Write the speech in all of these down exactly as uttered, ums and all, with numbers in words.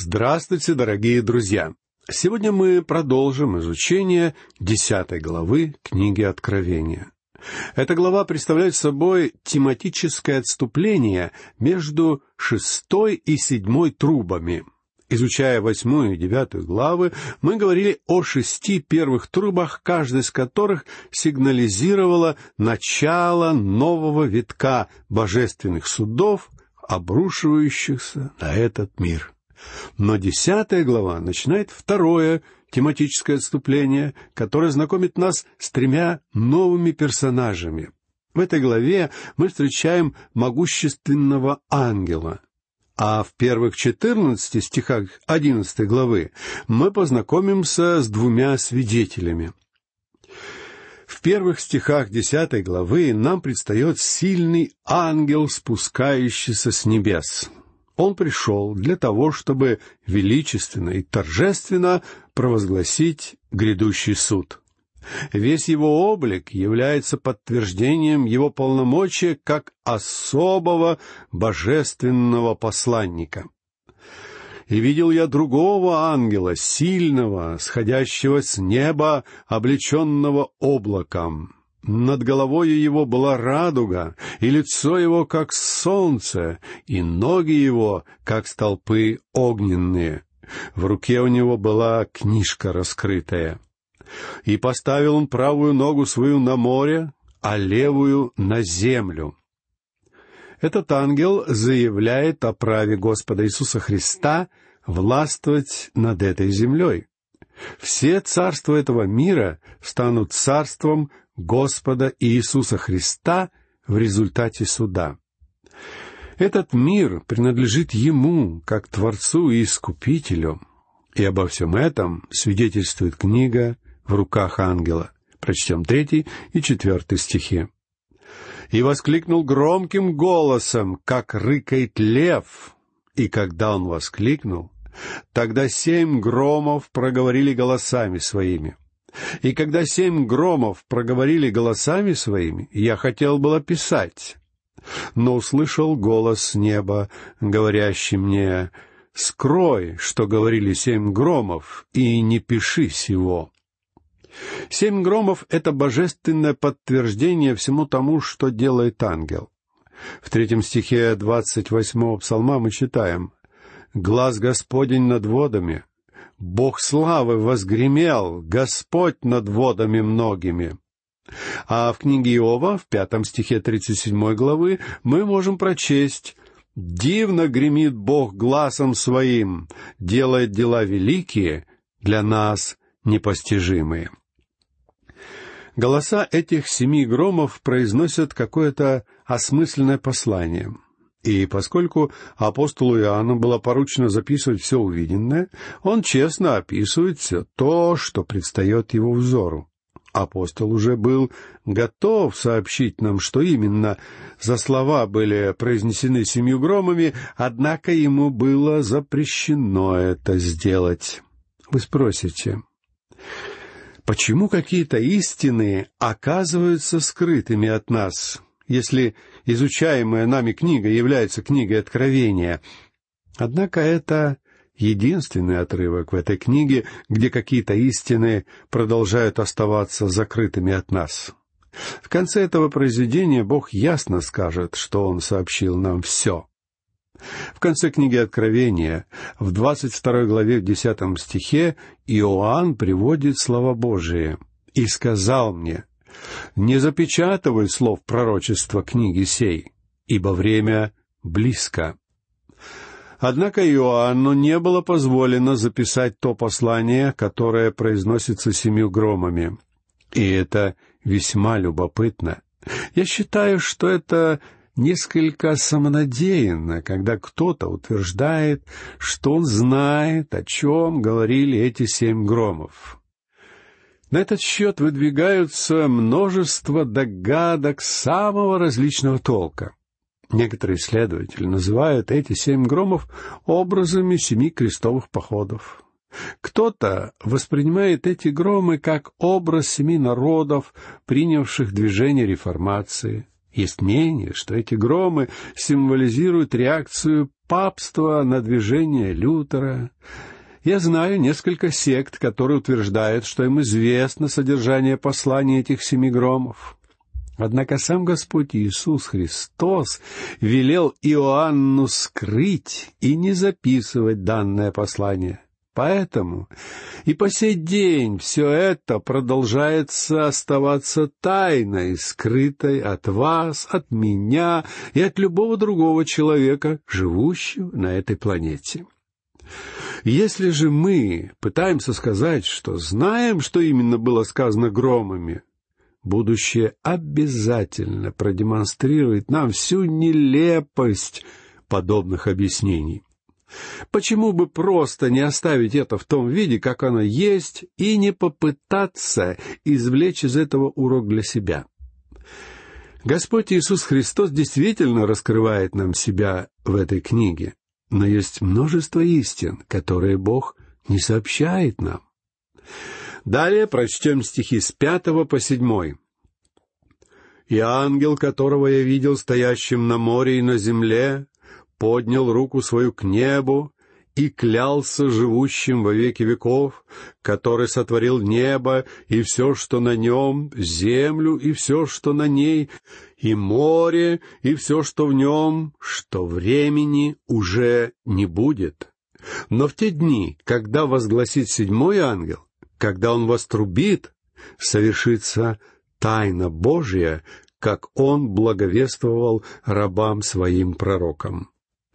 Здравствуйте, дорогие друзья! Сегодня мы продолжим изучение десятой главы книги Откровения. Эта глава представляет собой тематическое отступление между шестой и седьмой трубами. Изучая восьмую и девятую главы, мы говорили о шести первых трубах, каждая из которых сигнализировала начало нового витка божественных судов, обрушивающихся на этот мир. Но десятая глава начинает второе тематическое отступление, которое знакомит нас с тремя новыми персонажами. В этой главе мы встречаем могущественного ангела, а в первых четырнадцати стихах одиннадцатой главы мы познакомимся с двумя свидетелями. В первых стихах десятой главы нам предстает сильный ангел, спускающийся с небес. Он пришел для того, чтобы величественно и торжественно провозгласить грядущий суд. Весь его облик является подтверждением его полномочия как особого божественного посланника. «И видел я другого ангела, сильного, сходящего с неба, облеченного облаком. Над головою его была радуга, и лицо его, как солнце, и ноги его, как столпы огненные. В руке у него была книжка раскрытая. И поставил он правую ногу свою на море, а левую на землю». Этот ангел заявляет о праве Господа Иисуса Христа властвовать над этой землей. Все царства этого мира станут царством Господа Иисуса Христа в результате суда. Этот мир принадлежит Ему, как Творцу и Искупителю. И обо всем этом свидетельствует книга в руках ангела. Прочтем третий и четвертый стихи. «И воскликнул громким голосом, как рыкает лев. И когда он воскликнул, тогда семь громов проговорили голосами своими. И когда семь громов проговорили голосами своими, я хотел было писать, но услышал голос с неба, говорящий мне: скрой, что говорили семь громов, и не пиши сего». Семь громов — это божественное подтверждение всему тому, что делает ангел. В третьем стихе двадцать восьмого псалма мы читаем: «Глас Господень над водами, Бог славы возгремел, Господь над водами многими». А в книге Иова, в пятом стихе тридцать седьмой главы, мы можем прочесть: «Дивно гремит Бог гласом своим, делает дела великие, для нас непостижимые». Голоса этих семи громов произносят какое-то осмысленное послание. И поскольку апостолу Иоанну было поручено записывать все увиденное, он честно описывает все то, что предстает его взору. Апостол уже был готов сообщить нам, что именно за слова были произнесены семью громами, однако ему было запрещено это сделать. Вы спросите, почему какие-то истины оказываются скрытыми от нас, если изучаемая нами книга является книгой Откровения? Однако это единственный отрывок в этой книге, где какие-то истины продолжают оставаться закрытыми от нас. В конце этого произведения Бог ясно скажет, что Он сообщил нам все. В конце книги Откровения, в двадцать второй главе, в десятом стихе, Иоанн приводит слова Божии: «И сказал мне: не запечатывай слов пророчества книги сей, ибо время близко». Однако Иоанну не было позволено записать то послание, которое произносится семью громами. И это весьма любопытно. Я считаю, что это несколько самонадеянно, когда кто-то утверждает, что он знает, о чем говорили эти семь громов. На этот счет выдвигаются множество догадок самого различного толка. Некоторые исследователи называют эти семь громов образами семи крестовых походов. Кто-то воспринимает эти громы как образ семи народов, принявших движение реформации. Есть мнение, что эти громы символизируют реакцию папства на движение Лютера. Я знаю несколько сект, которые утверждают, что им известно содержание послания этих семи громов. Однако сам Господь Иисус Христос велел Иоанну скрыть и не записывать данное послание. Поэтому и по сей день все это продолжается оставаться тайной, скрытой от вас, от меня и от любого другого человека, живущего на этой планете. Если же мы пытаемся сказать, что знаем, что именно было сказано громами, будущее обязательно продемонстрирует нам всю нелепость подобных объяснений. Почему бы просто не оставить это в том виде, как оно есть, и не попытаться извлечь из этого урок для себя? Господь Иисус Христос действительно раскрывает нам себя в этой книге, но есть множество истин, которые Бог не сообщает нам. Далее прочтем стихи с пятого по седьмой. «И ангел, которого я видел стоящим на море и на земле, поднял руку свою к небу и клялся живущим во веки веков, который сотворил небо и все, что на нем, землю и все, что на ней, и море и все, что в нем, что времени уже не будет. Но в те дни, когда возгласит седьмой ангел, когда он вострубит, совершится тайна Божья, как он благовествовал рабам своим пророкам».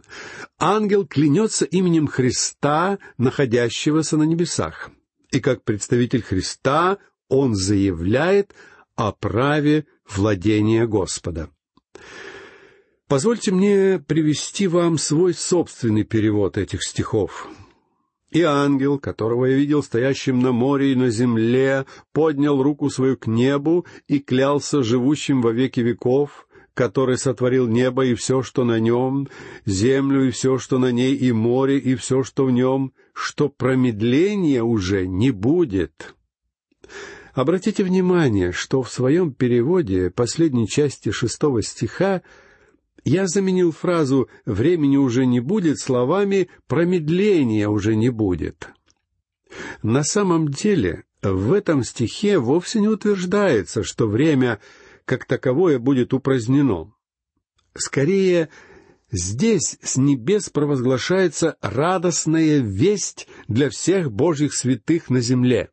Ангел клянется именем Христа, находящегося на небесах. И как представитель Христа он заявляет о праве владения Господа. Позвольте мне привести вам свой собственный перевод этих стихов. «И ангел, которого я видел стоящим на море и на земле, поднял руку свою к небу и клялся живущим во веки веков, который сотворил небо и все, что на нем, землю и все, что на ней, и море и все, что в нем, что промедления уже не будет». Обратите внимание, что в своем переводе последней части шестого стиха я заменил фразу «времени уже не будет» словами «промедления уже не будет». На самом деле, в этом стихе вовсе не утверждается, что время как таковое будет упразднено. Скорее, здесь с небес провозглашается радостная весть для всех Божьих святых на земле.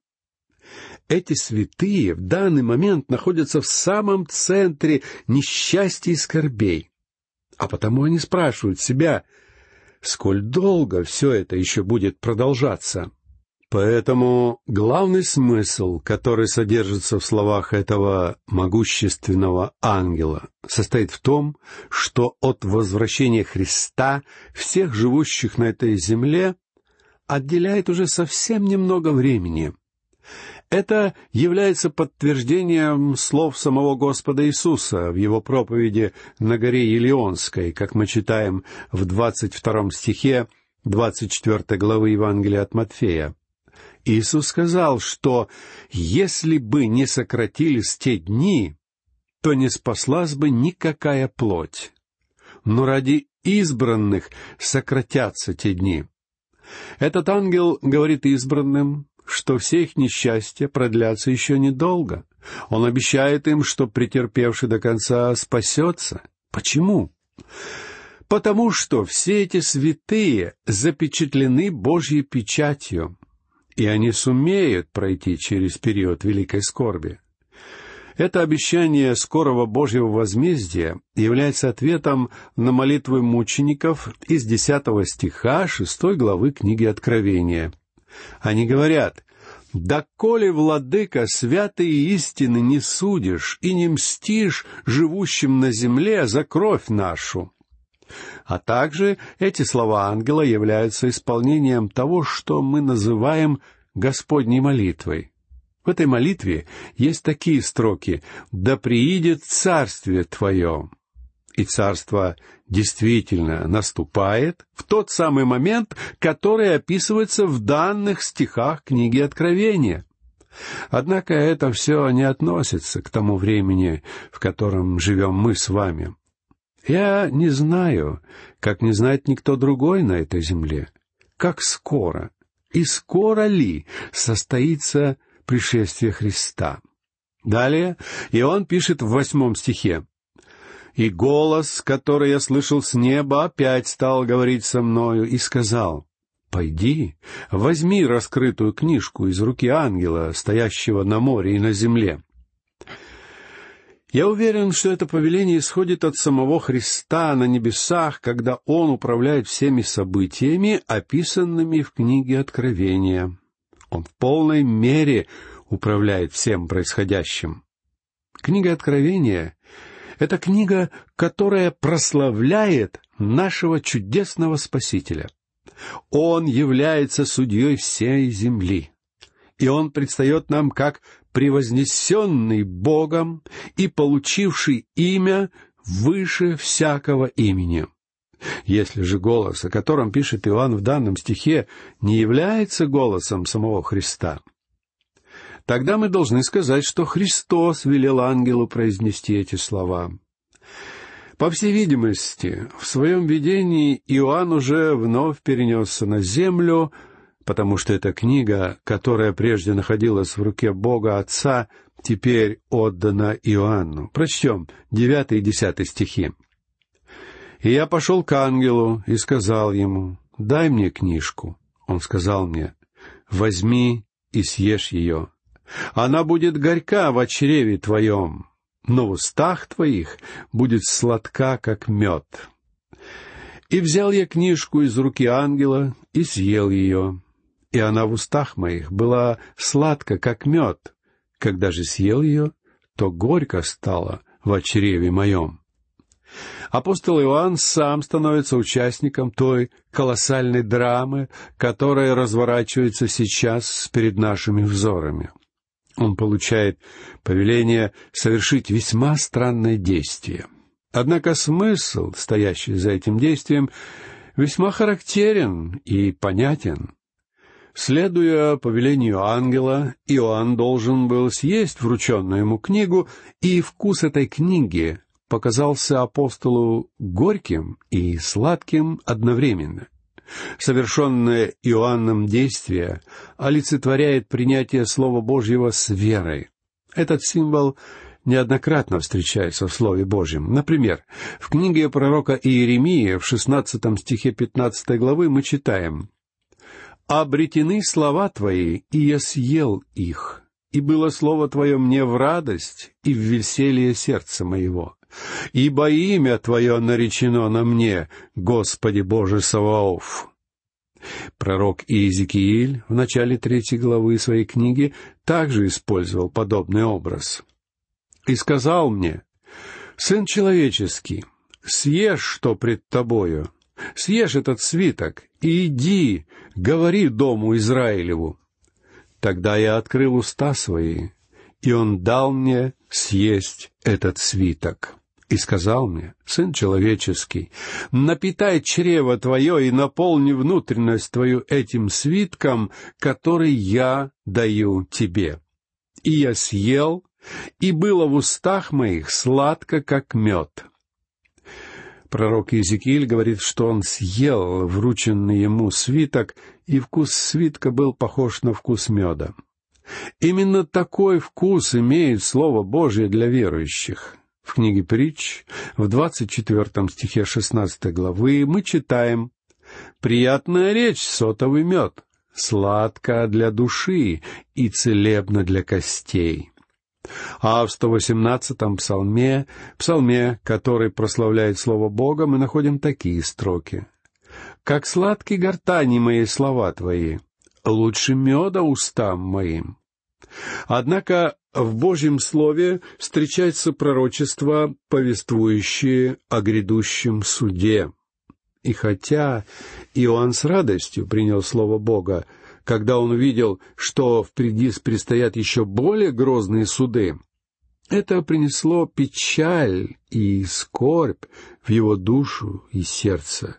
Эти святые в данный момент находятся в самом центре несчастья и скорбей. А потому они спрашивают себя, сколь долго все это еще будет продолжаться. Поэтому главный смысл, который содержится в словах этого могущественного ангела, состоит в том, что от возвращения Христа всех живущих на этой земле отделяет уже совсем немного времени. Это является подтверждением слов самого Господа Иисуса в Его проповеди на горе Елеонской, как мы читаем в двадцать втором стихе двадцать четвёртой главы Евангелия от Матфея. Иисус сказал, что если бы не сократились те дни, то не спаслась бы никакая плоть. Но ради избранных сократятся те дни. Этот ангел говорит избранным, что все их несчастья продлятся еще недолго. Он обещает им, что претерпевший до конца спасется. Почему? Потому что все эти святые запечатлены Божьей печатью, и они сумеют пройти через период великой скорби. Это обещание скорого Божьего возмездия является ответом на молитвы мучеников из десятого стиха шестой главы книги Откровения. Они говорят: «Доколе, владыка, святые истины не судишь и не мстишь живущим на земле за кровь нашу». А также эти слова ангела являются исполнением того, что мы называем Господней молитвой. В этой молитве есть такие строки: «Да приидет царствие Твое». И царство действительно наступает в тот самый момент, который описывается в данных стихах книги Откровения. Однако это все не относится к тому времени, в котором живем мы с вами. Я не знаю, как не знает никто другой на этой земле, как скоро и скоро ли состоится пришествие Христа. Далее Иоанн пишет в восьмом стихе: «И голос, который я слышал с неба, опять стал говорить со мною и сказал: пойди, возьми раскрытую книжку из руки ангела, стоящего на море и на земле». Я уверен, что это повеление исходит от самого Христа на небесах, когда Он управляет всеми событиями, описанными в книге Откровения. Он в полной мере управляет всем происходящим. Книга Откровения — это книга, которая прославляет нашего чудесного Спасителя. Он является судьей всей земли, и Он предстает нам как превознесенный Богом и получивший имя выше всякого имени. Если же голос, о котором пишет Иоанн в данном стихе, не является голосом самого Христа, тогда мы должны сказать, что Христос велел ангелу произнести эти слова. По всей видимости, в своем видении Иоанн уже вновь перенесся на землю, потому что эта книга, которая прежде находилась в руке Бога Отца, теперь отдана Иоанну. Прочтем девятый и десятый стихи. «И я пошел к ангелу и сказал ему: дай мне книжку. Он сказал мне: возьми и съешь ее. Она будет горька в чреве твоем, но в устах твоих будет сладка, как мед. И взял я книжку из руки ангела и съел ее. И она в устах моих была сладка, как мед. Когда же съел ее, то горько стало в чреве моем». Апостол Иоанн сам становится участником той колоссальной драмы, которая разворачивается сейчас перед нашими взорами. Он получает повеление совершить весьма странное действие. Однако смысл, стоящий за этим действием, весьма характерен и понятен. Следуя повелению ангела, Иоанн должен был съесть врученную ему книгу, и вкус этой книги показался апостолу горьким и сладким одновременно. Совершенное Иоанном действие олицетворяет принятие Слова Божьего с верой. Этот символ неоднократно встречается в Слове Божьем. Например, в книге пророка Иеремии в шестнадцатом стихе пятнадцатой главы мы читаем: «Обретены слова Твои, и я съел их, и было слово Твое мне в радость и в веселье сердца моего. Ибо имя Твое наречено на мне, Господи Боже Саваоф». Пророк Иезекииль в начале третьей главы своей книги также использовал подобный образ. «И сказал мне: сын человеческий, съешь, что пред тобою, съешь этот свиток, и иди, говори дому Израилеву. Тогда я открыл уста свои, и он дал мне съесть этот свиток. И сказал мне: сын человеческий, напитай чрево твое и наполни внутренность твою этим свитком, который я даю тебе. И я съел, и было в устах моих сладко, как мед». Пророк Иезекииль говорит, что он съел врученный ему свиток, и вкус свитка был похож на вкус меда. Именно такой вкус имеет Слово Божие для верующих. В книге Притч, в двадцать четвертом стихе шестнадцатой главы, мы читаем: «Приятная речь — сотовый мед, сладко для души и целебно для костей». А в сто восемнадцатом псалме, псалме, который прославляет Слово Бога, мы находим такие строки: «Как сладки гортани мои слова Твои, лучше меда устам моим». Однако в Божьем Слове встречаются пророчества, повествующие о грядущем суде. И хотя Иоанн с радостью принял Слово Бога, когда он увидел, что впереди предстоят еще более грозные суды, это принесло печаль и скорбь в его душу и сердце.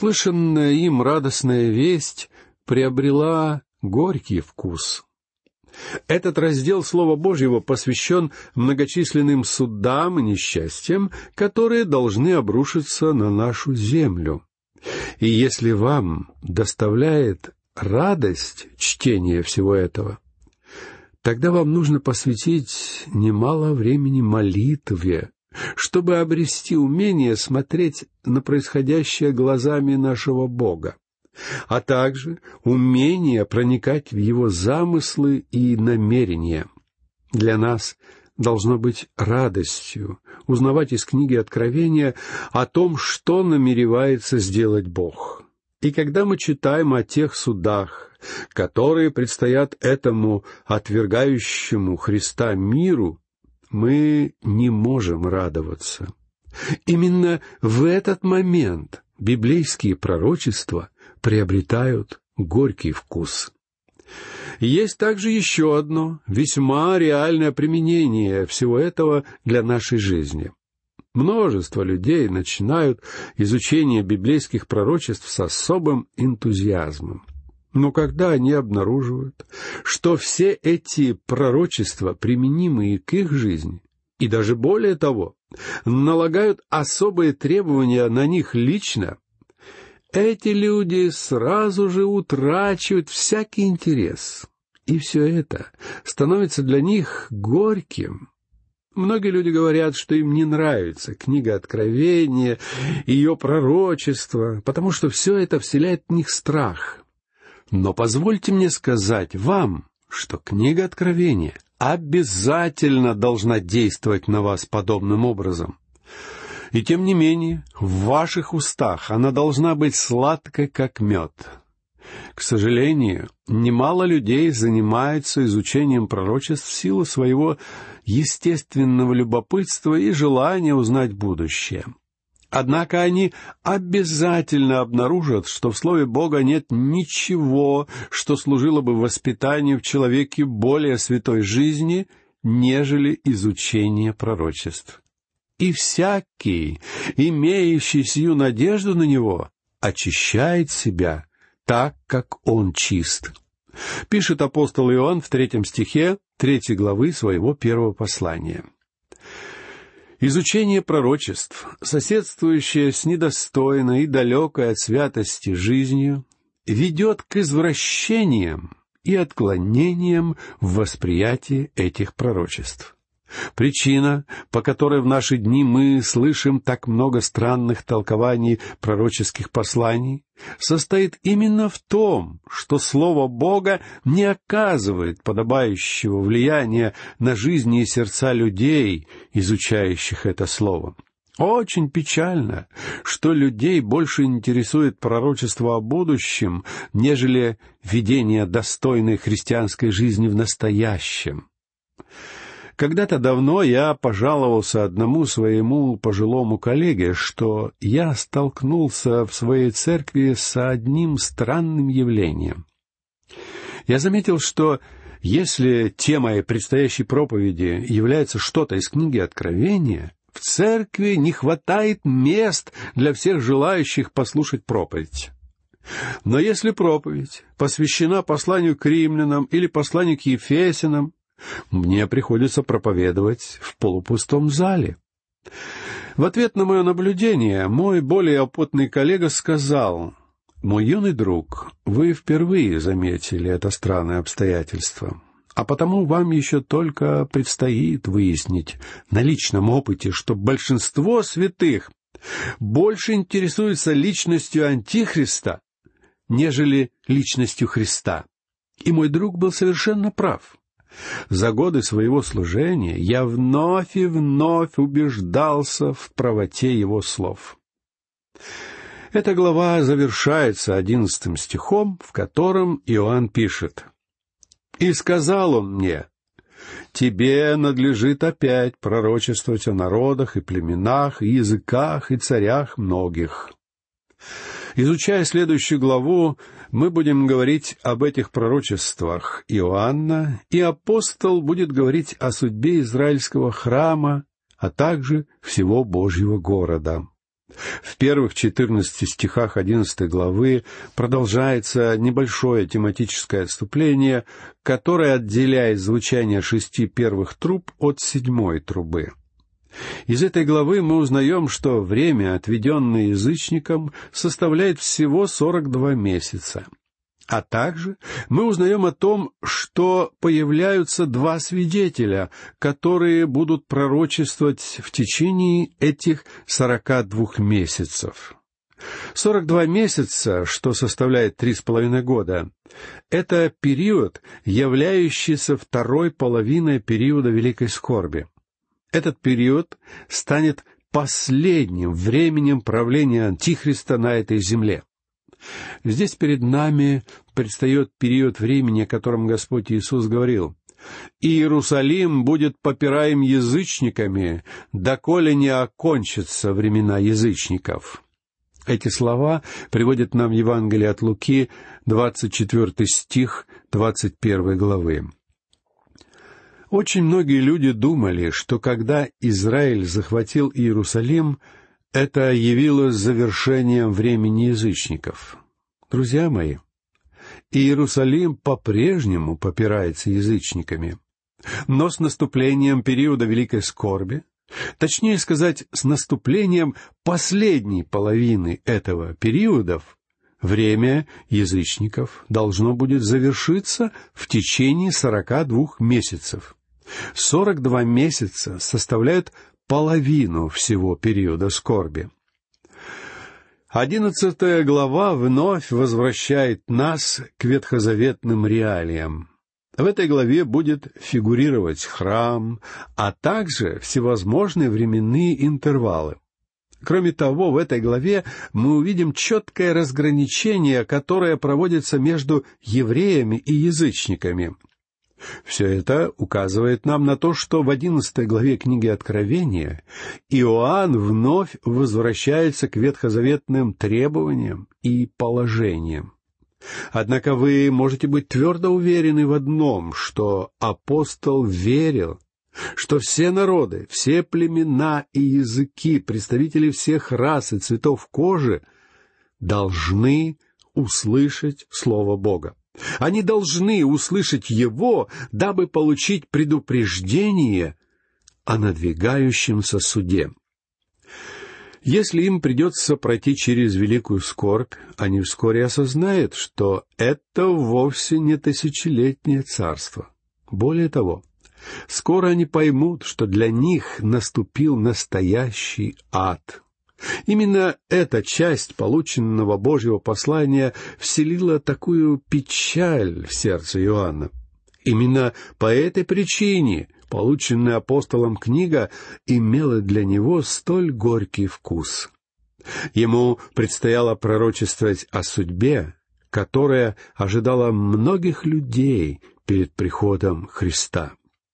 Услышанная им радостная весть приобрела горький вкус. Этот раздел Слова Божьего посвящен многочисленным судам и несчастьям, которые должны обрушиться на нашу землю. И если вам доставляет радость чтение всего этого, тогда вам нужно посвятить немало времени молитве, чтобы обрести умение смотреть на происходящее глазами нашего Бога, а также умение проникать в Его замыслы и намерения. Для нас должно быть радостью узнавать из книги Откровения о том, что намеревается сделать Бог. И когда мы читаем о тех судах, которые предстоят этому отвергающему Христа миру, мы не можем радоваться. Именно в этот момент библейские пророчества приобретают горький вкус. Есть также еще одно весьма реальное применение всего этого для нашей жизни. Множество людей начинают изучение библейских пророчеств с особым энтузиазмом. Но когда они обнаруживают, что все эти пророчества, применимые к их жизни, и даже более того, налагают особые требования на них лично, эти люди сразу же утрачивают всякий интерес. И все это становится для них горьким. Многие люди говорят, что им не нравится книга Откровения, ее пророчество, потому что все это вселяет в них страх. Но позвольте мне сказать вам, что книга Откровения обязательно должна действовать на вас подобным образом. И тем не менее, в ваших устах она должна быть сладкой, как мед. К сожалению, немало людей занимаются изучением пророчеств в силу своего естественного любопытства и желания узнать будущее. Однако они обязательно обнаружат, что в Слове Бога нет ничего, что служило бы воспитанию в человеке более святой жизни, нежели изучение пророчеств. И всякий, имеющий сию надежду на него, очищает себя так, как он чист. Пишет апостол Иоанн в третьем стихе третьей главы своего первого послания. Изучение пророчеств, соседствующее с недостойной и далекой от святости жизнью, ведет к извращениям и отклонениям в восприятии этих пророчеств. Причина, по которой в наши дни мы слышим так много странных толкований пророческих посланий, состоит именно в том, что Слово Бога не оказывает подобающего влияния на жизни и сердца людей, изучающих это Слово. Очень печально, что людей больше интересует пророчество о будущем, нежели ведение достойной христианской жизни в настоящем. Когда-то давно я пожаловался одному своему пожилому коллеге, что я столкнулся в своей церкви с одним странным явлением. Я заметил, что если темой предстоящей проповеди является что-то из книги Откровения, в церкви не хватает мест для всех желающих послушать проповедь. Но если проповедь посвящена посланию к римлянам или посланию к Ефесянам, мне приходится проповедовать в полупустом зале. В ответ на мое наблюдение мой более опытный коллега сказал: «Мой юный друг, вы впервые заметили это странное обстоятельство, а потому вам еще только предстоит выяснить на личном опыте, что большинство святых больше интересуются личностью Антихриста, нежели личностью Христа». И мой друг был совершенно прав. За годы своего служения я вновь и вновь убеждался в правоте его слов. Эта глава завершается одиннадцатым стихом, в котором Иоанн пишет: «И сказал он мне: тебе надлежит опять пророчествовать о народах и племенах, и языках, и царях многих». Изучая следующую главу, мы будем говорить об этих пророчествах Иоанна, и апостол будет говорить о судьбе израильского храма, а также всего Божьего города. В первых четырнадцати стихах одиннадцатой главы продолжается небольшое тематическое отступление, которое отделяет звучание шести первых труб от седьмой трубы. Из этой главы мы узнаем, что время, отведенное язычникам, составляет всего сорок два месяца. А также мы узнаем о том, что появляются два свидетеля, которые будут пророчествовать в течение этих сорока двух месяцев. Сорок два месяца, что составляет три с половиной года, это период, являющийся второй половиной периода Великой Скорби. Этот период станет последним временем правления Антихриста на этой земле. Здесь перед нами предстает период времени, о котором Господь Иисус говорил: «Иерусалим будет попираем язычниками, доколе не окончатся времена язычников». Эти слова приводят нам Евангелие от Луки, двадцать четвёртый стих двадцать первой главы. Очень многие люди думали, что когда Израиль захватил Иерусалим, это явилось завершением времени язычников. Друзья мои, Иерусалим по-прежнему попирается язычниками, но с наступлением периода Великой Скорби, точнее сказать, с наступлением последней половины этого периода, время язычников должно будет завершиться в течение сорока двух месяцев. Сорок два месяца составляют половину всего периода скорби. Одиннадцатая глава вновь возвращает нас к ветхозаветным реалиям. В этой главе будет фигурировать храм, а также всевозможные временные интервалы. Кроме того, в этой главе мы увидим четкое разграничение, которое проводится между евреями и язычниками. Все это указывает нам на то, что в одиннадцатой главе книги Откровения Иоанн вновь возвращается к ветхозаветным требованиям и положениям. Однако вы можете быть твердо уверены в одном, что апостол верил, что все народы, все племена и языки, представители всех рас и цветов кожи должны услышать Слово Бога. Они должны услышать его, дабы получить предупреждение о надвигающемся суде. Если им придется пройти через великую скорбь, они вскоре осознают, что это вовсе не тысячелетнее царство. Более того, скоро они поймут, что для них наступил настоящий ад. Именно эта часть полученного Божьего послания вселила такую печаль в сердце Иоанна. Именно по этой причине полученная апостолом книга имела для него столь горький вкус. Ему предстояло пророчествовать о судьбе, которая ожидала многих людей перед приходом Христа.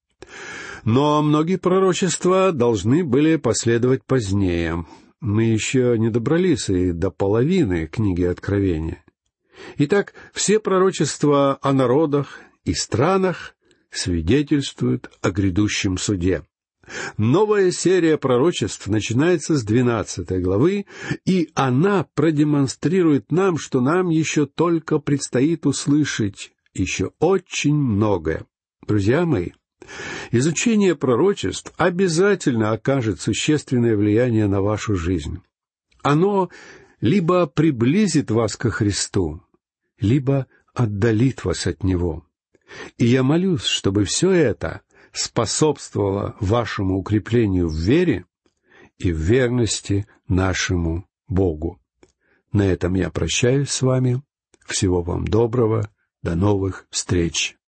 Но многие пророчества должны были последовать позднее. Мы еще не добрались и до половины книги Откровения. Итак, все пророчества о народах и странах свидетельствуют о грядущем суде. Новая серия пророчеств начинается с двенадцатой главы, и она продемонстрирует нам, что нам еще только предстоит услышать еще очень многое. Друзья мои, изучение пророчеств обязательно окажет существенное влияние на вашу жизнь. Оно либо приблизит вас ко Христу, либо отдалит вас от Него. И я молюсь, чтобы все это способствовало вашему укреплению в вере и в верности нашему Богу. На этом я прощаюсь с вами. Всего вам доброго. До новых встреч.